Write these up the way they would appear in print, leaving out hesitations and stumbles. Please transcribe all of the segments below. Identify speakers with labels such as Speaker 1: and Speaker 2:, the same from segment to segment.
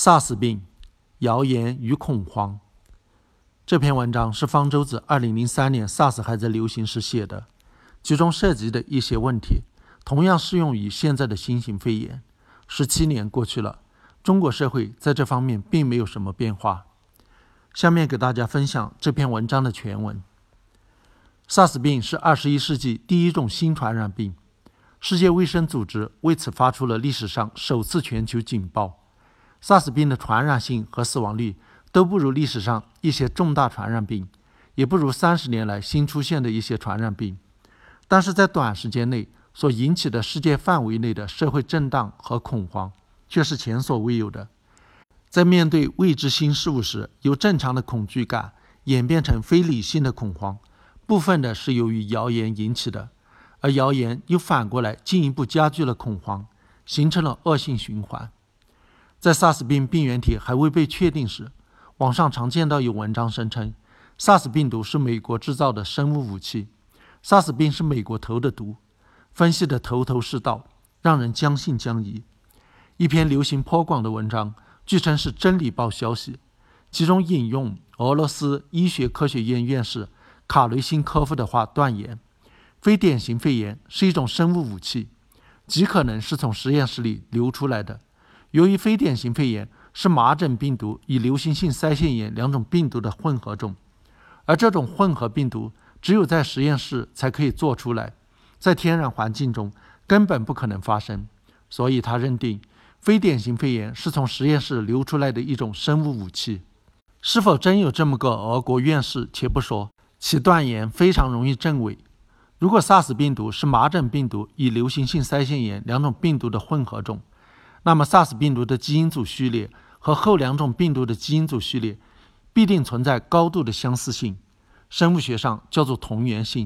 Speaker 1: SARS 病，谣言与恐慌。这篇文章是方舟子2003年 SARS 还在流行时写的，其中涉及的一些问题同样适用于现在的新型肺炎。17年过去了，中国社会在这方面并没有什么变化。下面给大家分享这篇文章的全文。SARS 病是21世纪第一种新传染病，世界卫生组织为此发出了历史上首次全球警报。SARS 病的传染性和死亡率都不如历史上一些重大传染病，也不如30年来新出现的一些传染病，但是在短时间内所引起的世界范围内的社会震荡和恐慌却是前所未有的。在面对未知新事物时，由正常的恐惧感演变成非理性的恐慌，部分的是由于谣言引起的，而谣言又反过来进一步加剧了恐慌，形成了恶性循环。在 SARS 病病原体还未被确定时，网上常见到有文章声称 SARS 病毒是美国制造的生物武器， SARS 病是美国投的毒，分析的头头是道，让人将信将疑。一篇流行颇广的文章据称是真理报消息，其中引用俄罗斯医学科学院院士卡雷辛科夫的话断言，非典型肺炎是一种生物武器，极可能是从实验室里流出来的。由于非典型肺炎是麻疹病毒与流行性腮腺炎两种病毒的混合种，而这种混合病毒只有在实验室才可以做出来，在天然环境中根本不可能发生，所以他认定非典型肺炎是从实验室流出来的一种生物武器。是否真有这么个俄国院士且不说，其断言非常容易证伪。如果 SARS 病毒是麻疹病毒与流行性腮腺炎两种病毒的混合种，那么 SARS 病毒的基因组序列和后两种病毒的基因组序列必定存在高度的相似性，生物学上叫做同源性。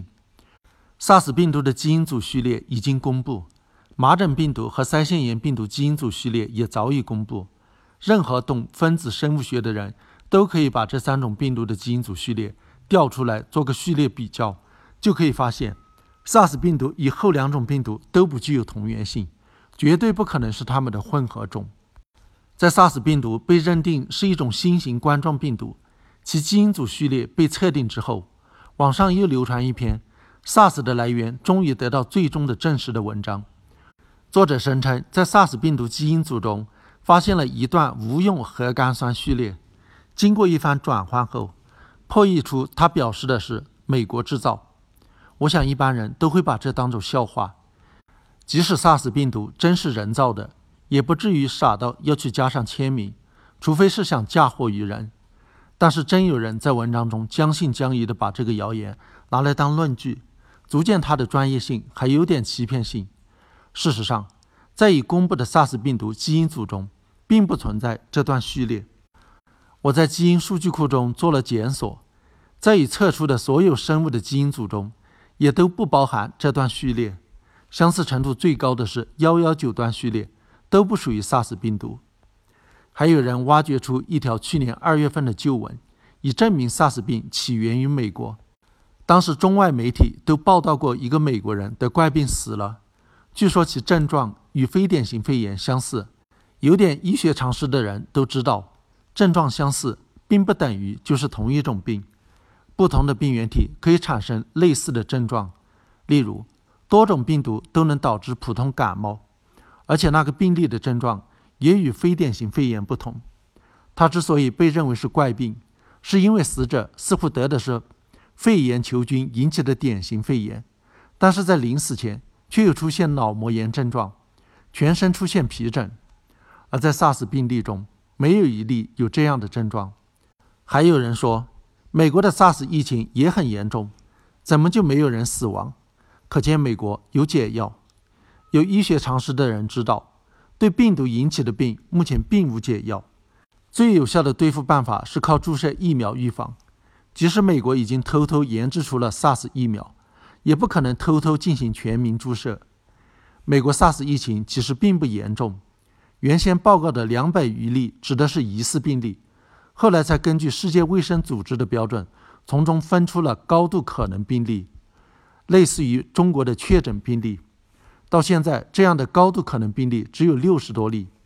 Speaker 1: SARS 病毒的基因组序列已经公布，麻疹病毒和腮腺炎病毒基因组序列也早已公布，任何懂分子生物学的人都可以把这三种病毒的基因组序列调出来做个序列比较，就可以发现 SARS 病毒与后两种病毒都不具有同源性，绝对不可能是它们的混合种。在 SARS 病毒被认定是一种新型冠状病毒，其基因组序列被测定之后，网上又流传一篇 SARS 的来源终于得到最终的证实的文章。作者声称在 SARS 病毒基因组中发现了一段无用核苷酸序列，经过一番转换后，破译出它表示的是美国制造。我想一般人都会把这当作笑话，即使 SARS 病毒真是人造的，也不至于傻到要去加上签名，除非是想嫁祸于人。但是真有人在文章中将信将疑地把这个谣言拿来当论据，足见他的专业性还有点欺骗性。事实上，在已公布的 SARS 病毒基因组中并不存在这段序列。我在基因数据库中做了检索，在已测出的所有生物的基因组中也都不包含这段序列，相似程度最高的是119段序列，都不属于 SARS 病毒。还有人挖掘出一条去年2月份的旧闻，以证明 SARS 病起源于美国。当时中外媒体都报道过一个美国人得怪病死了，据说其症状与非典型肺炎相似。有点医学常识的人都知道，症状相似并不等于就是同一种病，不同的病原体可以产生类似的症状。例如，多种病毒都能导致普通感冒，而且那个病例的症状也与非典型肺炎不同。它之所以被认为是怪病，是因为死者似乎得的是肺炎球菌引起的典型肺炎，但是在临死前却又出现脑膜炎症状，全身出现皮疹。而在 SARS 病例中，没有一例有这样的症状。还有人说，美国的 SARS 疫情也很严重，怎么就没有人死亡？可见美国有解药。有医学常识的人知道，对病毒引起的病目前并无解药，最有效的对付办法是靠注射疫苗预防。即使美国已经偷偷研制出了 SARS 疫苗，也不可能偷偷进行全民注射。美国 SARS 疫情其实并不严重，原先报告的200余例指的是疑似病例，后来才根据世界卫生组织的标准，从中分出了高度可能病例，类似于中国的确诊病例。到现在，这样的高度可能病例只有60多例。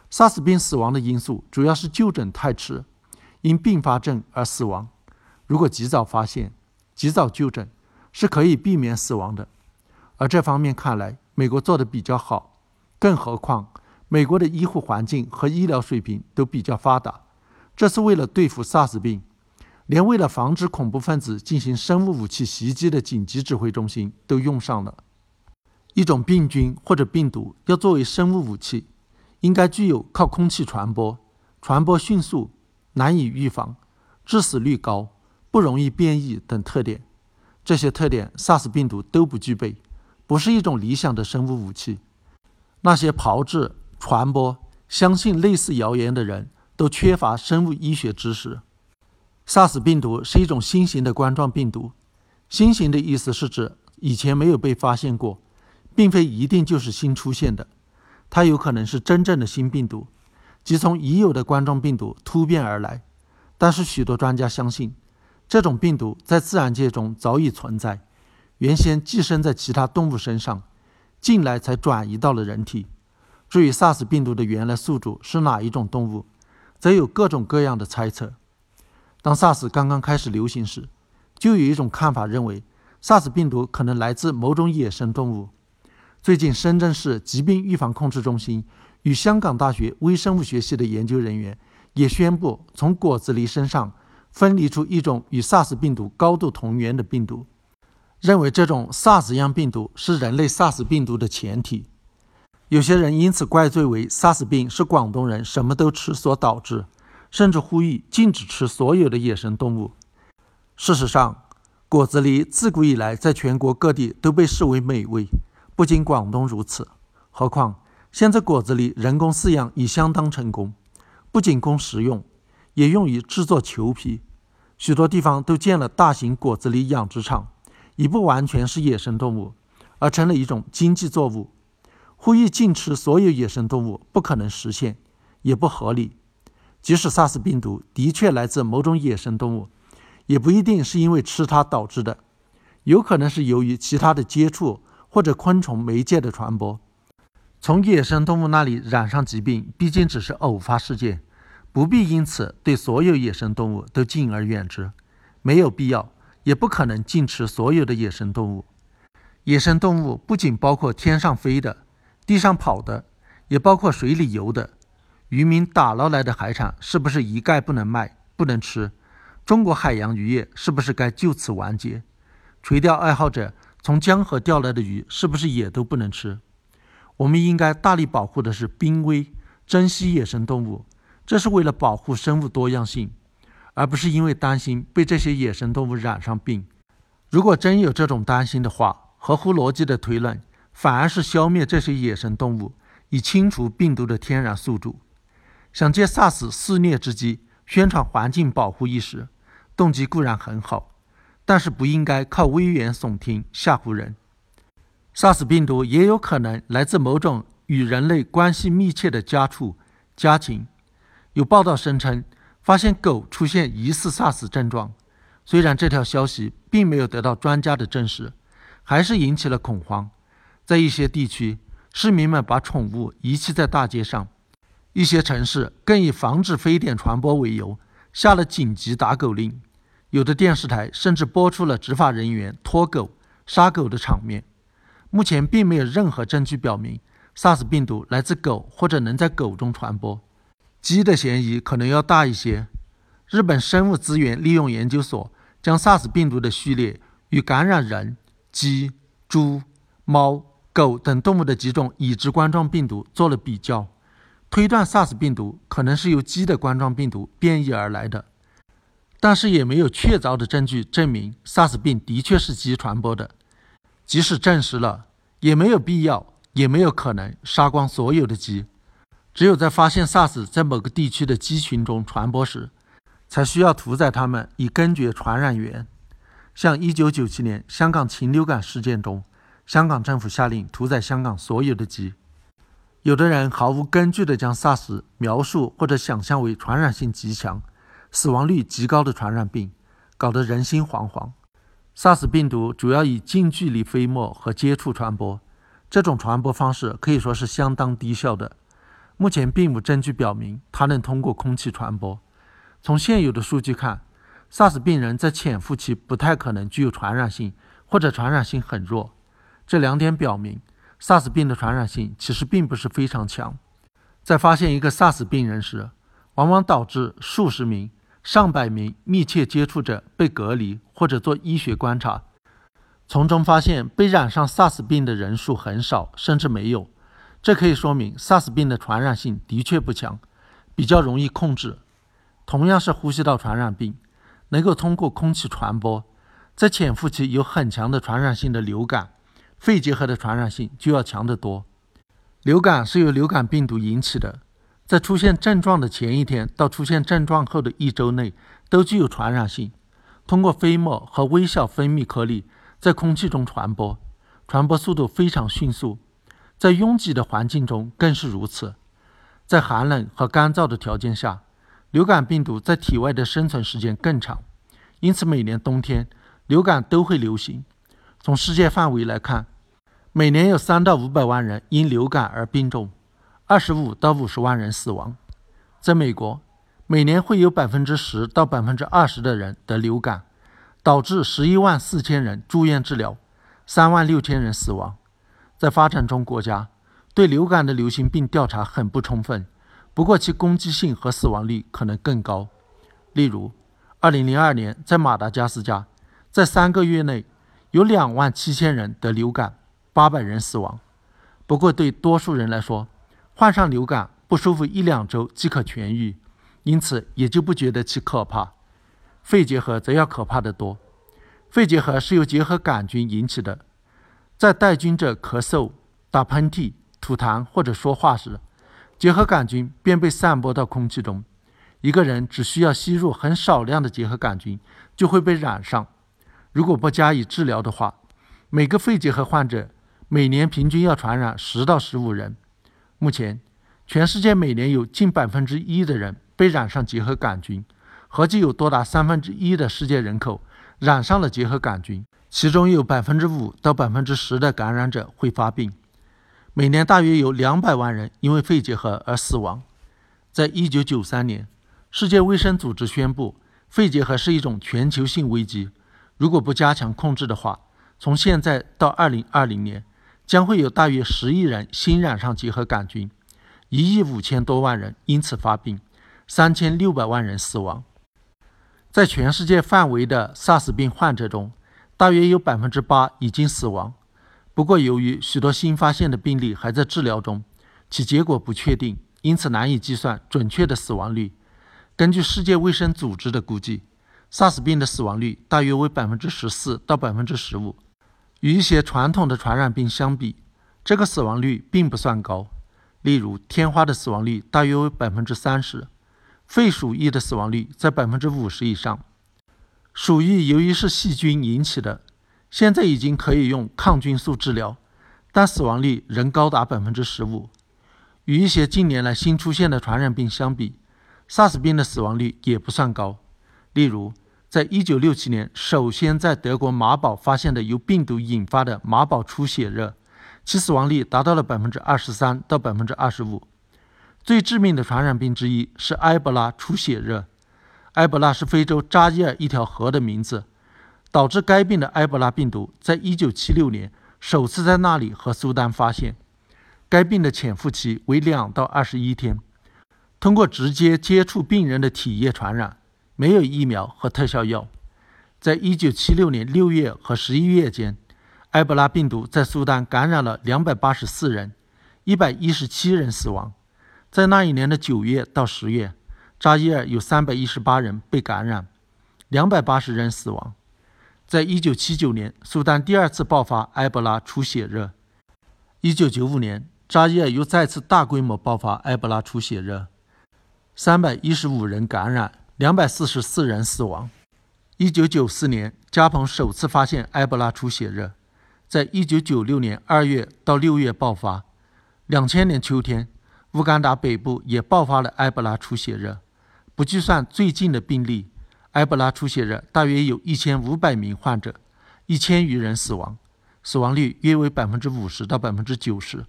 Speaker 1: SARS 病死亡的因素主要是就诊太迟，因并发症而死亡。如果及早发现、及早就诊，是可以避免死亡的。而这方面看来，美国做得比较好，更何况美国的医护环境和医疗水平都比较发达。这次为了对付 SARS 病，连为了防止恐怖分子进行生物武器袭击的紧急指挥中心都用上了。一种病菌或者病毒要作为生物武器，应该具有靠空气传播、传播迅速、难以预防、致死率高、不容易变异等特点。这些特点 SARS 病毒都不具备，不是一种理想的生物武器。那些炮制、传播、相信类似谣言的人都缺乏生物医学知识。SARS 病毒是一种新型的冠状病毒，新型的意思是指以前没有被发现过，并非一定就是新出现的。它有可能是真正的新病毒，即从已有的冠状病毒突变而来。但是许多专家相信，这种病毒在自然界中早已存在，原先寄生在其他动物身上，近来才转移到了人体。至于 SARS 病毒的原来宿主是哪一种动物，则有各种各样的猜测。当 SARS 刚刚开始流行时，就有一种看法认为 SARS 病毒可能来自某种野生动物。最近深圳市疾病预防控制中心与香港大学微生物学系的研究人员也宣布，从果子狸身上分离出一种与 SARS 病毒高度同源的病毒，认为这种 SARS 样病毒是人类 SARS 病毒的前体。有些人因此怪罪为 SARS 病是广东人什么都吃所导致，甚至呼吁禁止吃所有的野生动物。事实上，果子狸自古以来在全国各地都被视为美味，不仅广东如此。何况现在果子狸人工饲养已相当成功，不仅供食用，也用于制作裘皮。许多地方都建了大型果子狸养殖场，已不完全是野生动物，而成了一种经济作物。呼吁禁吃所有野生动物不可能实现，也不合理。即使 SARS 病毒的确来自某种野生动物，也不一定是因为吃它导致的，有可能是由于其他的接触或者昆虫媒介的传播。从野生动物那里染上疾病毕竟只是偶发事件，不必因此对所有野生动物都敬而远之，没有必要，也不可能禁吃所有的野生动物。野生动物不仅包括天上飞的、地上跑的，也包括水里游的。渔民打捞来的海产是不是一概不能卖、不能吃？中国海洋渔业是不是该就此完结？垂钓爱好者从江河钓来的鱼是不是也都不能吃？我们应该大力保护的是濒危，珍惜野生动物，这是为了保护生物多样性，而不是因为担心被这些野生动物染上病。如果真有这种担心的话，合乎逻辑的推论，反而是消灭这些野生动物，以清除病毒的天然宿主。想借 SARS 肆虐之机宣传环境保护意识，动机固然很好，但是不应该靠危言耸听吓唬人。SARS 病毒也有可能来自某种与人类关系密切的家畜、家禽。有报道声称，发现狗出现疑似 SARS 症状，虽然这条消息并没有得到专家的证实，还是引起了恐慌。在一些地区，市民们把宠物遗弃在大街上，一些城市更以防止非典传播为由，下了紧急打狗令。有的电视台甚至播出了执法人员拖狗、杀狗的场面。目前并没有任何证据表明 SARS 病毒来自狗或者能在狗中传播，鸡的嫌疑可能要大一些。日本生物资源利用研究所将 SARS 病毒的序列与感染人、鸡、猪、猫、狗等动物的几种已知冠状病毒做了比较，推断 SARS 病毒可能是由鸡的冠状病毒变异而来的，但是也没有确凿的证据证明 SARS 病的确是鸡传播的。即使证实了，也没有必要，也没有可能杀光所有的鸡。只有在发现 SARS 在某个地区的鸡群中传播时，才需要屠宰它们以根绝传染源。像1997年香港禽流感事件中，香港政府下令屠宰香港所有的鸡。有的人毫无根据地将 SARS 描述或者想象为传染性极强、死亡率极高的传染病，搞得人心惶惶。SARS 病毒主要以近距离飞沫和接触传播，这种传播方式可以说是相当低效的。 目前并无证据表明它能通过空气传播。从现有的数据看，SARS 病人在潜伏期不太可能具有传染性，或者传染性很弱。这2点表明 SARS 病的传染性其实并不是非常强。在发现一个 SARS 病人时，往往导致数十名、上百名密切接触者被隔离或者做医学观察，从中发现被染上 SARS 病的人数很少，甚至没有。这可以说明 SARS 病的传染性的确不强，比较容易控制。同样是呼吸道传染病，能够通过空气传播，在潜伏期有很强的传染性的流感、肺结核的传染性就要强得多。流感是由流感病毒引起的，在出现症状的前一天到出现症状后的1周内都具有传染性，通过飞沫和微小分泌颗粒在空气中传播，传播速度非常迅速，在拥挤的环境中更是如此。在寒冷和干燥的条件下，流感病毒在体外的生存时间更长，因此每年冬天流感都会流行。从世界范围来看，每年有3到500万人因流感而病重，25到50万人死亡。在美国，每年会有10%到20%的人得流感，导致11万4千人住院治疗，3万6千人死亡。在发展中国家，对流感的流行病调查很不充分，不过其攻击性和死亡率可能更高。例如2002年在马达加斯加，在3个月内有2万7千人得流感，800人死亡。不过对多数人来说，患上流感不舒服1-2周即可痊愈，因此也就不觉得其可怕。肺结核则要可怕得多。肺结核是由结核杆菌引起的，在带菌者咳嗽、打喷嚏、吐痰或者说话时，结核杆菌便被散播到空气中。一个人只需要吸入很少量的结核杆菌就会被染上。如果不加以治疗的话，每个肺结核患者每年平均要传染10到15人。目前全世界每年有近1%的人被染上结核杆菌，合计有多达1/3的世界人口染上了结核杆菌，其中有5%到10%的感染者会发病。每年大约有200万人因为肺结核而死亡。在1993年，世界卫生组织宣布，肺结核是一种全球性危机，如果不加强控制的话，从现在到2020年，将会有大约10亿人新染上结核杆菌，1亿5千多万人因此发病，3600万人死亡。在全世界范围的 SARS 病患者中，大约有8%已经死亡。不过由于许多新发现的病例还在治疗中，其结果不确定，因此难以计算准确的死亡率。根据世界卫生组织的估计， SARS 病的死亡率大约为14%到15%。与一些传统的传染病相比，这个死亡率并不算高。例如天花的死亡率大约为30%，肺鼠疫的死亡率在50%以上。鼠疫由于是细菌引起的，现在已经可以用抗菌素治疗，但死亡率仍高达15%。与一些近年来新出现的传染病相比， SARS 病的死亡率也不算高。例如在1967年首先在德国马堡发现的由病毒引发的马堡出血热，其死亡率达到了23%到25%。最致命的传染病之一是埃博拉出血热。埃博拉是非洲扎伊尔一条河的名字，导致该病的埃博拉病毒在1976年首次在那里和苏丹发现。该病的潜伏期为2到21天，通过直接接触病人的体液传染，没有疫苗和特效药。在1976年6月和11月间，埃博拉病毒在苏丹感染了284人，117人死亡。在那一年的9月到10月，扎伊尔有318人被感染，280人死亡。在1979年，苏丹第2次爆发埃博拉出血热。1995年，扎伊尔又再次大规模爆发埃博拉出血热，315人感染，244人死亡。1994年，加蓬首次发现埃博拉出血热，在1996年2月到6月爆发。2000年秋天，乌干达北部也爆发了埃博拉出血热。不计算最近的病例，埃博拉出血热大约有1500名患者，1000余人死亡，死亡率约为50%到90%，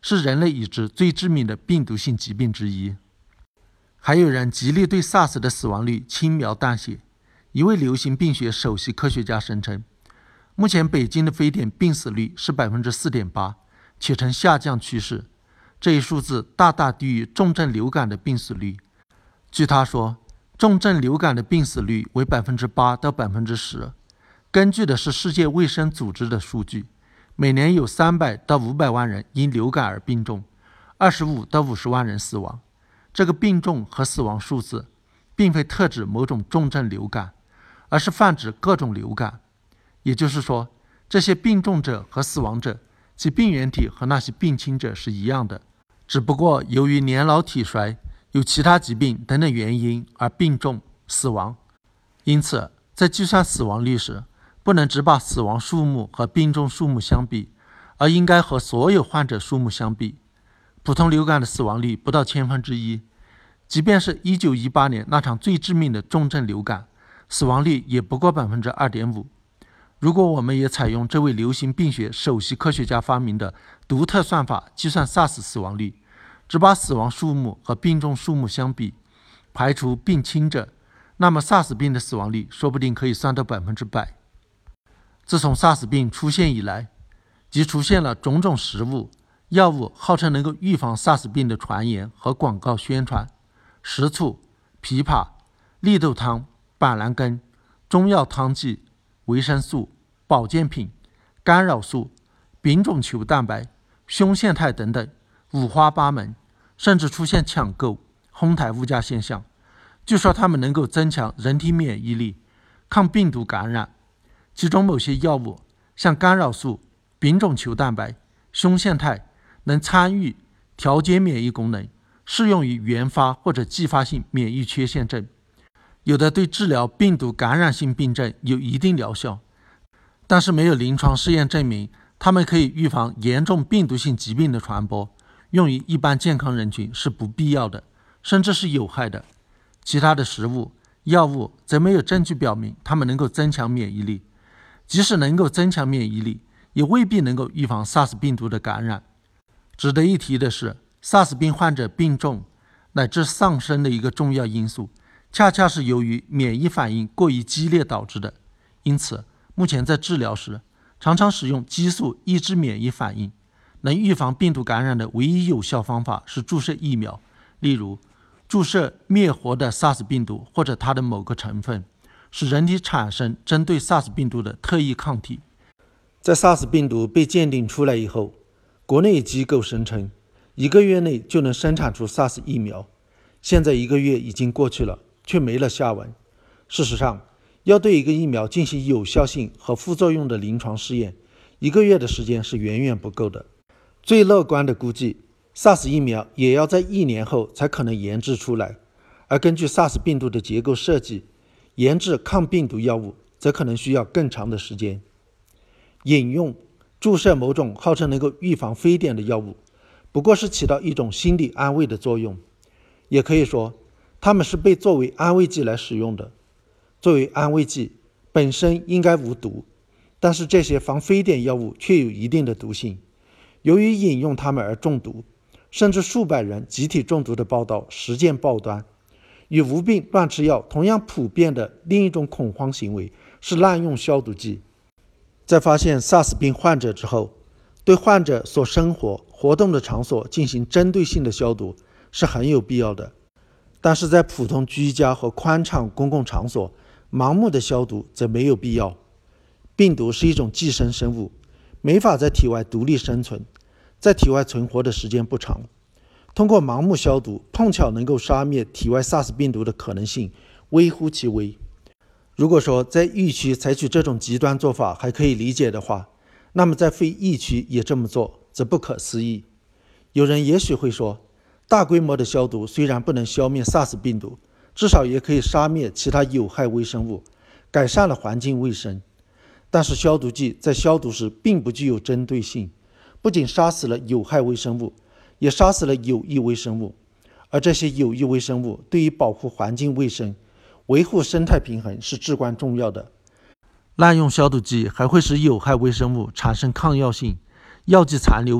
Speaker 1: 是人类已知最致命的病毒性疾病之一。还有人极力对 SARS 的死亡率轻描淡写。一位流行病学首席科学家声称，目前北京的非典病死率是 4.8%， 且呈下降趋势。这一数字大大低于重症流感的病死率。据他说，重症流感的病死率为 8%到 10%。根据的是世界卫生组织的数据，每年有300到500万人因流感而病重，25到50万人死亡。这个病重和死亡数字并非特指某种重症流感，而是泛指各种流感。也就是说，这些病重者和死亡者，其病原体和那些病轻者是一样的，只不过由于年老体衰、有其他疾病等等原因而病重死亡。因此，在计算死亡率时，不能只把死亡数目和病重数目相比，而应该和所有患者数目相比。普通流感的死亡率不到1/1000，即便是1918年那场最致命的重症流感，死亡率也不过 2.5%。如果我们也采用这位流行病学首席科学家发明的独特算法计算 SARS 死亡率，只把死亡数目和病重数目相比，排除病轻者，那么 SARS 病的死亡率说不定可以算到100%。自从 SARS 病出现以来，即出现了种种食物、药物号称能够预防 SARS 病的传言和广告宣传。食醋、枇杷、绿豆汤、板蓝根、中药汤剂、维生素、保健品、干扰素、丙种球蛋白、胸腺肽等等，五花八门，甚至出现抢购、哄抬物价现象。据说它们能够增强人体免疫力，抗病毒感染。其中某些药物，像干扰素、丙种球蛋白、胸腺肽，能参与调节免疫功能，适用于原发或者继发性免疫缺陷症。有的对治疗病毒感染性病症有一定疗效，但是没有临床试验证明它们可以预防严重病毒性疾病的传播，用于一般健康人群是不必要的，甚至是有害的。其他的食物、药物则没有证据表明它们能够增强免疫力，即使能够增强免疫力，也未必能够预防 SARS 病毒的感染。值得一提的是， SARS 病患者病重乃至丧生的一个重要因素，恰恰是由于免疫反应过于激烈导致的。因此，目前在治疗时，常常使用激素抑制免疫反应。能预防病毒感染的唯一有效方法是注射疫苗，例如注射灭活的 SARS 病毒或者它的某个成分，使人体产生针对 SARS 病毒的特异抗体。在 SARS 病毒被鉴定出来以后，国内机构声称1个月内就能生产出 SARS 疫苗。现在1个月已经过去了，却没了下文。事实上，要对一个疫苗进行有效性和副作用的临床试验，1个月的时间是远远不够的。最乐观的估计， SARS 疫苗也要在1年后才可能研制出来。而根据 SARS 病毒的结构设计，研制抗病毒药物则可能需要更长的时间。饮用、注射某种号称能够预防非典的药物，不过是起到一种心理安慰的作用。也可以说，它们是被作为安慰剂来使用的。作为安慰剂，本身应该无毒，但是这些防非典药物却有一定的毒性。由于饮用它们而中毒，甚至数百人集体中毒的报道实践报端。与无病乱吃药同样普遍的另一种恐慌行为是滥用消毒剂。在发现 SARS 病患者之后，对患者所生活活动的场所进行针对性的消毒是很有必要的。但是在普通居家和宽敞公共场所，盲目的消毒则没有必要。病毒是一种寄生生物，没法在体外独立生存，在体外存活的时间不长。通过盲目消毒碰巧能够杀灭体外 SARS 病毒的可能性微乎其微。如果说在疫区采取这种极端做法还可以理解的话，那么在非疫区也这么做则不可思议。有人也许会说，大规模的消毒虽然不能消灭 SARS 病毒，至少也可以杀灭其他有害微生物，改善了环境卫生。但是消毒剂在消毒时并不具有针对性，不仅杀死了有害微生物，也杀死了有益微生物。而这些有益微生物对于保护环境卫生、维护生态平衡是至关重要的。滥用消毒剂还会使有害微生物产生抗药性，药剂残留物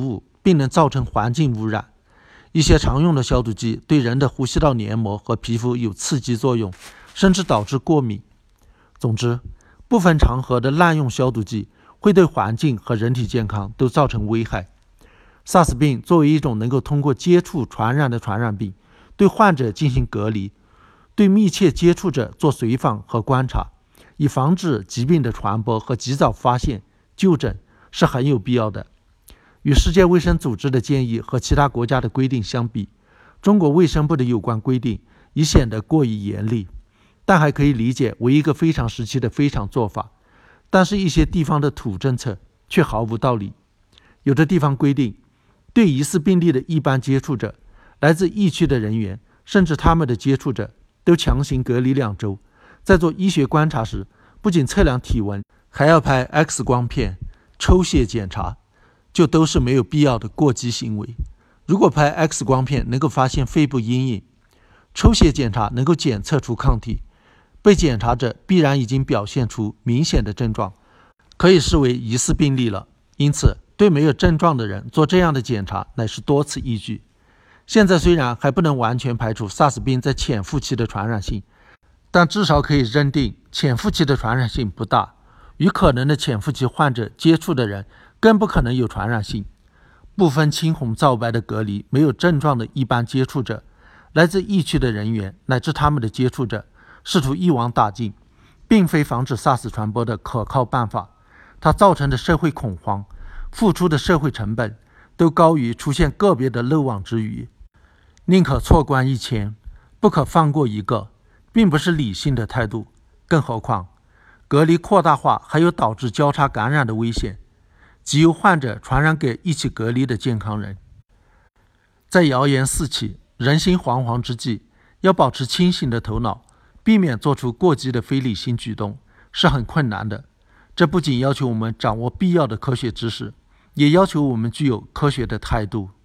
Speaker 1: 并能造成环境污染。一些常用的消毒剂对人的呼吸道黏膜和皮肤有刺激作用，甚至导致过敏。总之，部分场合的滥用消毒剂会对环境和人体健康都造成危害。SARS 病作为一种能够通过接触传染的传染病，对患者进行隔离，对密切接触者做随访和观察，以防止疾病的传播和及早发现、就诊是很有必要的。与世界卫生组织的建议和其他国家的规定相比，中国卫生部的有关规定已显得过于严厉，但还可以理解为一个非常时期的非常做法。但是一些地方的土政策却毫无道理。有的地方规定，对疑似病例的一般接触者、来自疫区的人员，甚至他们的接触者，都强行隔离2周。在做医学观察时，不仅测量体温，还要拍 X 光片、抽血检查，就都是没有必要的过激行为。如果拍 X 光片能够发现肺部阴影，抽血检查能够检测出抗体，被检查者必然已经表现出明显的症状，可以视为疑似病例了。因此，对没有症状的人做这样的检查乃是多此一举。现在虽然还不能完全排除 SARS 病在潜伏期的传染性，但至少可以认定潜伏期的传染性不大，与可能的潜伏期患者接触的人更不可能有传染性。不分青红皂白的隔离没有症状的一般接触者、来自疫区的人员乃至他们的接触者，试图一网打尽，并非防止 SARS 传播的可靠办法。它造成的社会恐慌、付出的社会成本都高于出现个别的漏网之鱼。宁可错关1000，不可放过一个，并不是理性的态度。更何况，隔离扩大化还有导致交叉感染的危险，即由患者传染给一起隔离的健康人。在谣言四起、人心惶惶之际，要保持清醒的头脑，避免做出过激的非理性举动，是很困难的。这不仅要求我们掌握必要的科学知识，也要求我们具有科学的态度。